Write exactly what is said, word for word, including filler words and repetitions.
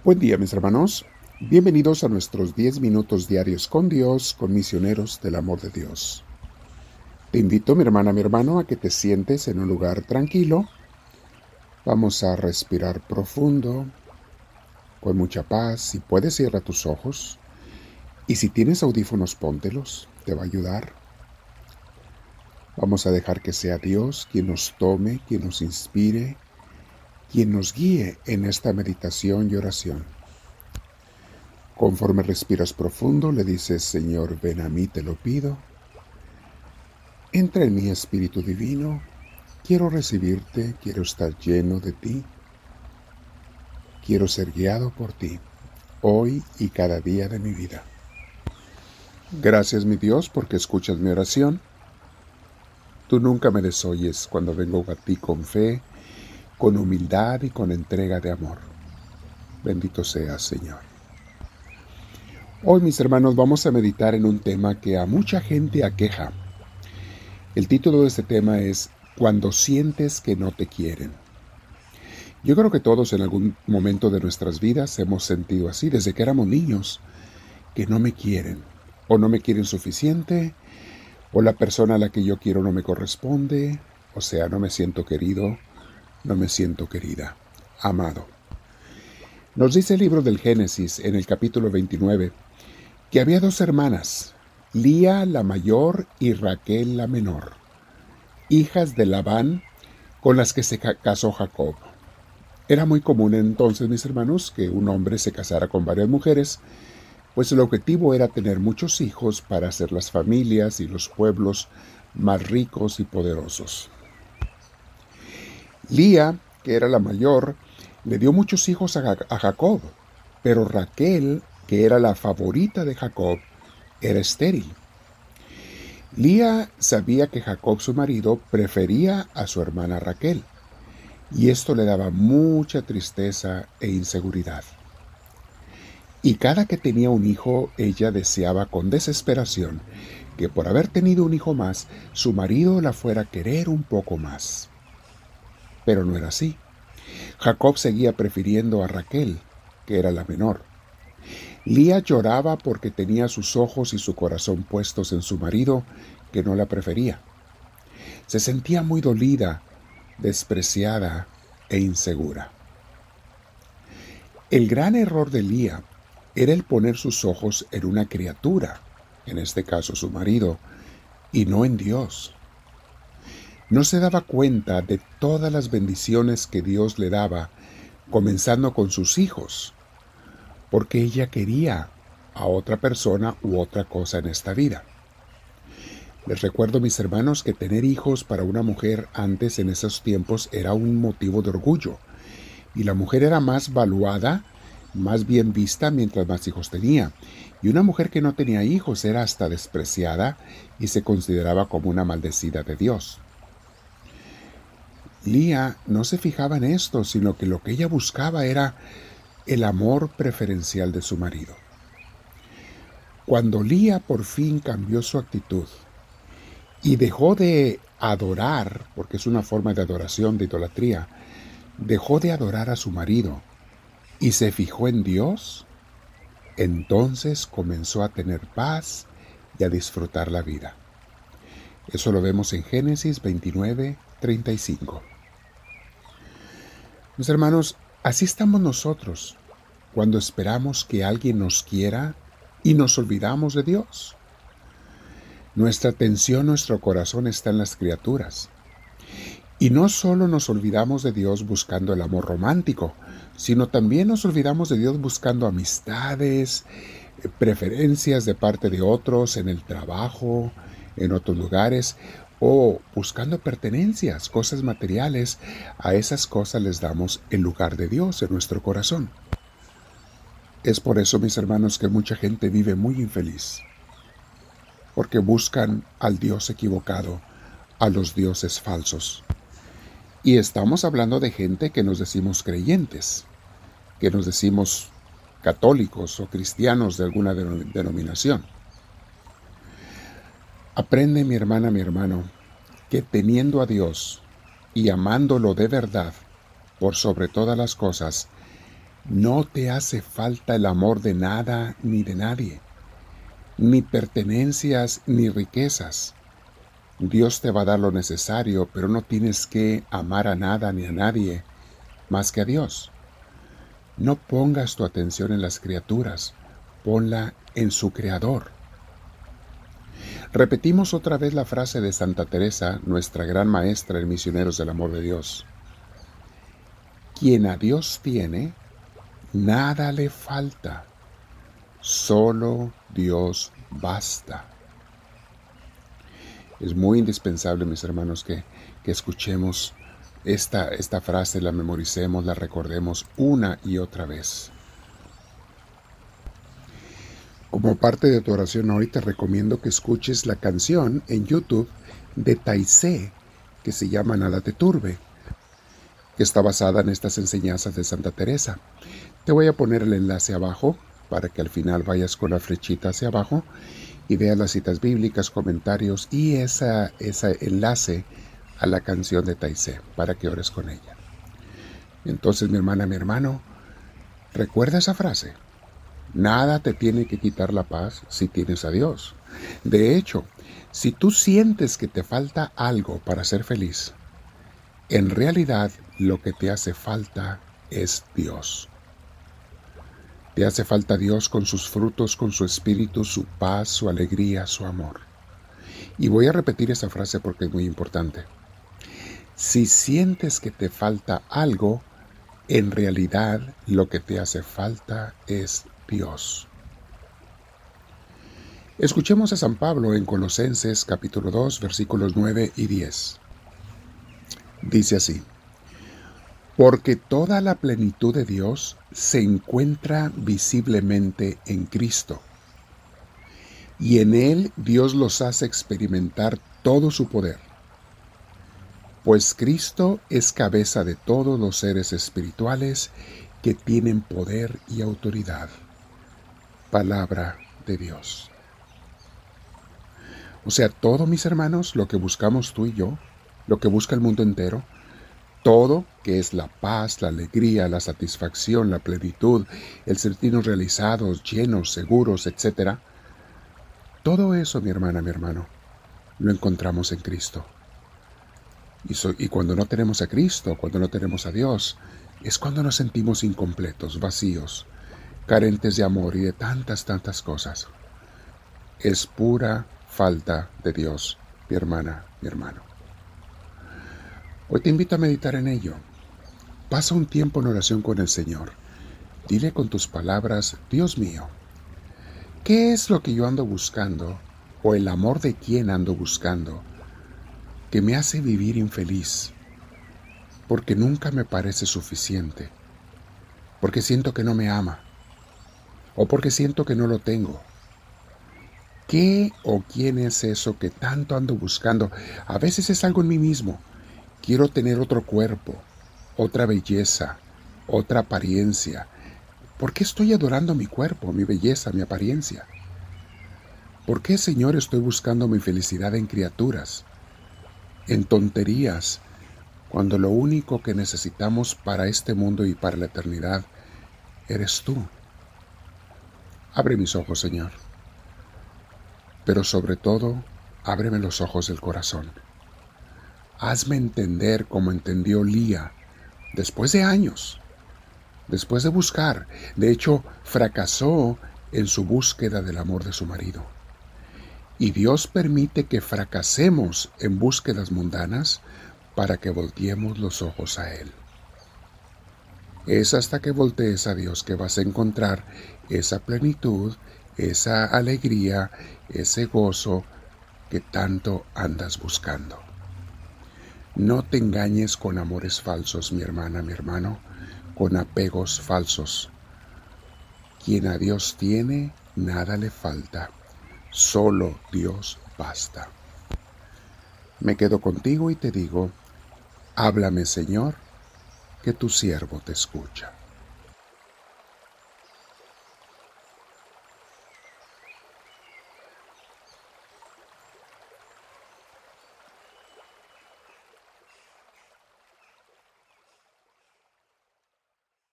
Buen día, mis hermanos. Bienvenidos a nuestros diez minutos diarios con Dios, con misioneros del amor de Dios. Te invito, mi hermana, mi hermano, a que te sientes en un lugar tranquilo. Vamos a respirar profundo, con mucha paz. Si puedes, cierra tus ojos. Y si tienes audífonos, póntelos. Te va a ayudar. Vamos a dejar que sea Dios quien nos tome, quien nos inspire, quien nos guíe en esta meditación y oración. Conforme respiras profundo, le dices: Señor, ven a mí, te lo pido. Entra en mi Espíritu Divino. Quiero recibirte, quiero estar lleno de ti. Quiero ser guiado por ti, hoy y cada día de mi vida. Gracias, mi Dios, porque escuchas mi oración. Tú nunca me desoyes cuando vengo a ti con fe, con humildad y con entrega de amor. Bendito seas, Señor. Hoy, mis hermanos, vamos a meditar en un tema que a mucha gente aqueja. El título de este tema es Cuando sientes que no te quieren. Yo creo que todos en algún momento de nuestras vidas hemos sentido así, desde que éramos niños, que no me quieren, o no me quieren suficiente, o la persona a la que yo quiero no me corresponde, o sea, no me siento querido, no me siento querida, amado. Nos dice el libro del Génesis, en el capítulo veintinueve, que había dos hermanas, Lía la mayor y Raquel la menor, hijas de Labán, con las que se casó Jacob. Era muy común entonces, mis hermanos, que un hombre se casara con varias mujeres, pues el objetivo era tener muchos hijos para hacer las familias y los pueblos más ricos y poderosos. Lía, que era la mayor, le dio muchos hijos a, a Jacob, pero Raquel, que era la favorita de Jacob, era estéril. Lía sabía que Jacob, su marido, prefería a su hermana Raquel, y esto le daba mucha tristeza e inseguridad. Y cada que tenía un hijo, ella deseaba con desesperación que por haber tenido un hijo más, su marido la fuera a querer un poco más. Pero no era así. Jacob seguía prefiriendo a Raquel, que era la menor. Lía lloraba porque tenía sus ojos y su corazón puestos en su marido, que no la prefería. Se sentía muy dolida, despreciada e insegura. El gran error de Lía era el poner sus ojos en una criatura, en este caso su marido, y no en Dios. No se daba cuenta de todas las bendiciones que Dios le daba, comenzando con sus hijos, porque ella quería a otra persona u otra cosa en esta vida. Les recuerdo, mis hermanos, que tener hijos para una mujer antes, en esos tiempos, era un motivo de orgullo, y la mujer era más valuada, más bien vista mientras más hijos tenía, y una mujer que no tenía hijos era hasta despreciada y se consideraba como una maldecida de Dios. Lía no se fijaba en esto, sino que lo que ella buscaba era el amor preferencial de su marido. Cuando Lía por fin cambió su actitud y dejó de adorar, porque es una forma de adoración, de idolatría, dejó de adorar a su marido y se fijó en Dios, entonces comenzó a tener paz y a disfrutar la vida. Eso lo vemos en Génesis veintinueve, treinta y cinco. Mis hermanos, así estamos nosotros cuando esperamos que alguien nos quiera y nos olvidamos de Dios. Nuestra atención, nuestro corazón está en las criaturas. Y no solo nos olvidamos de Dios buscando el amor romántico, sino también nos olvidamos de Dios buscando amistades, preferencias de parte de otros en el trabajo, en otros lugares, o buscando pertenencias, cosas materiales. A esas cosas les damos el lugar de Dios en nuestro corazón. Es por eso, mis hermanos, que mucha gente vive muy infeliz, porque buscan al Dios equivocado, a los dioses falsos. Y estamos hablando de gente que nos decimos creyentes, que nos decimos católicos o cristianos de alguna denominación. Aprende, mi hermana, mi hermano, que teniendo a Dios y amándolo de verdad, por sobre todas las cosas, No te hace falta el amor de nada ni de nadie, ni pertenencias ni riquezas. Dios te va a dar lo necesario, pero no tienes que amar a nada ni a nadie más que a Dios. No pongas tu atención en las criaturas, ponla en su Creador. Repetimos otra vez la frase de Santa Teresa, nuestra gran maestra en Misioneros del Amor de Dios. Quien a Dios tiene, nada le falta, solo Dios basta. Es muy indispensable, mis hermanos, que, que escuchemos esta, esta frase, la memoricemos, la recordemos una y otra vez. Como parte de tu oración hoy te recomiendo que escuches la canción en YouTube de Taizé, que se llama Nada te turbe, que está basada en estas enseñanzas de Santa Teresa. Te voy a poner el enlace abajo para que al final vayas con la flechita hacia abajo y veas las citas bíblicas, comentarios y esa, ese enlace a la canción de Taizé para que ores con ella. Entonces, mi hermana, mi hermano, recuerda esa frase. Nada te tiene que quitar la paz si tienes a Dios. De hecho, si tú sientes que te falta algo para ser feliz, en realidad lo que te hace falta es Dios. Te hace falta Dios con sus frutos, con su espíritu, su paz, su alegría, su amor. Y voy a repetir esa frase porque es muy importante. Si sientes que te falta algo, en realidad lo que te hace falta es Dios. Escuchemos a San Pablo en Colosenses capítulo dos, versículos nueve y diez. Dice así: porque toda la plenitud de Dios se encuentra visiblemente en Cristo, y en Él Dios los hace experimentar todo su poder, pues Cristo es cabeza de todos los seres espirituales que tienen poder y autoridad. Palabra de Dios. O sea, todo, mis hermanos, lo que buscamos tú y yo, lo que busca el mundo entero, todo que es la paz, la alegría, la satisfacción, la plenitud, el sentirnos realizados, llenos, seguros, etcétera. Todo eso, mi hermana, mi hermano, lo encontramos en Cristo. Y, so, y cuando no tenemos a Cristo, cuando no tenemos a Dios, es cuando nos sentimos incompletos, vacíos, carentes de amor y de tantas, tantas cosas. Es pura falta de Dios, mi hermana, mi hermano. Hoy te invito a meditar en ello. Pasa un tiempo en oración con el Señor. Dile con tus palabras: Dios mío, ¿qué es lo que yo ando buscando, o el amor de quién ando buscando, que me hace vivir infeliz? Porque nunca me parece suficiente, porque siento que no me ama, o porque siento que no lo tengo. ¿Qué o quién es eso que tanto ando buscando? A veces es algo en mí mismo. Quiero tener otro cuerpo, otra belleza, otra apariencia. ¿Por qué estoy adorando mi cuerpo, mi belleza, mi apariencia? ¿Por qué, Señor, estoy buscando mi felicidad en criaturas, en tonterías, cuando lo único que necesitamos para este mundo y para la eternidad eres tú? Abre mis ojos, Señor. Pero sobre todo, ábreme los ojos del corazón. Hazme entender como entendió Lía, después de años, después de buscar. De hecho, fracasó en su búsqueda del amor de su marido. Y Dios permite que fracasemos en búsquedas mundanas para que volteemos los ojos a Él. Es hasta que voltees a Dios que vas a encontrar esa plenitud, esa alegría, ese gozo que tanto andas buscando. No te engañes con amores falsos, mi hermana, mi hermano, con apegos falsos. Quien a Dios tiene, nada le falta. Solo Dios basta. Me quedo contigo y te digo: háblame, Señor, que tu siervo te escucha.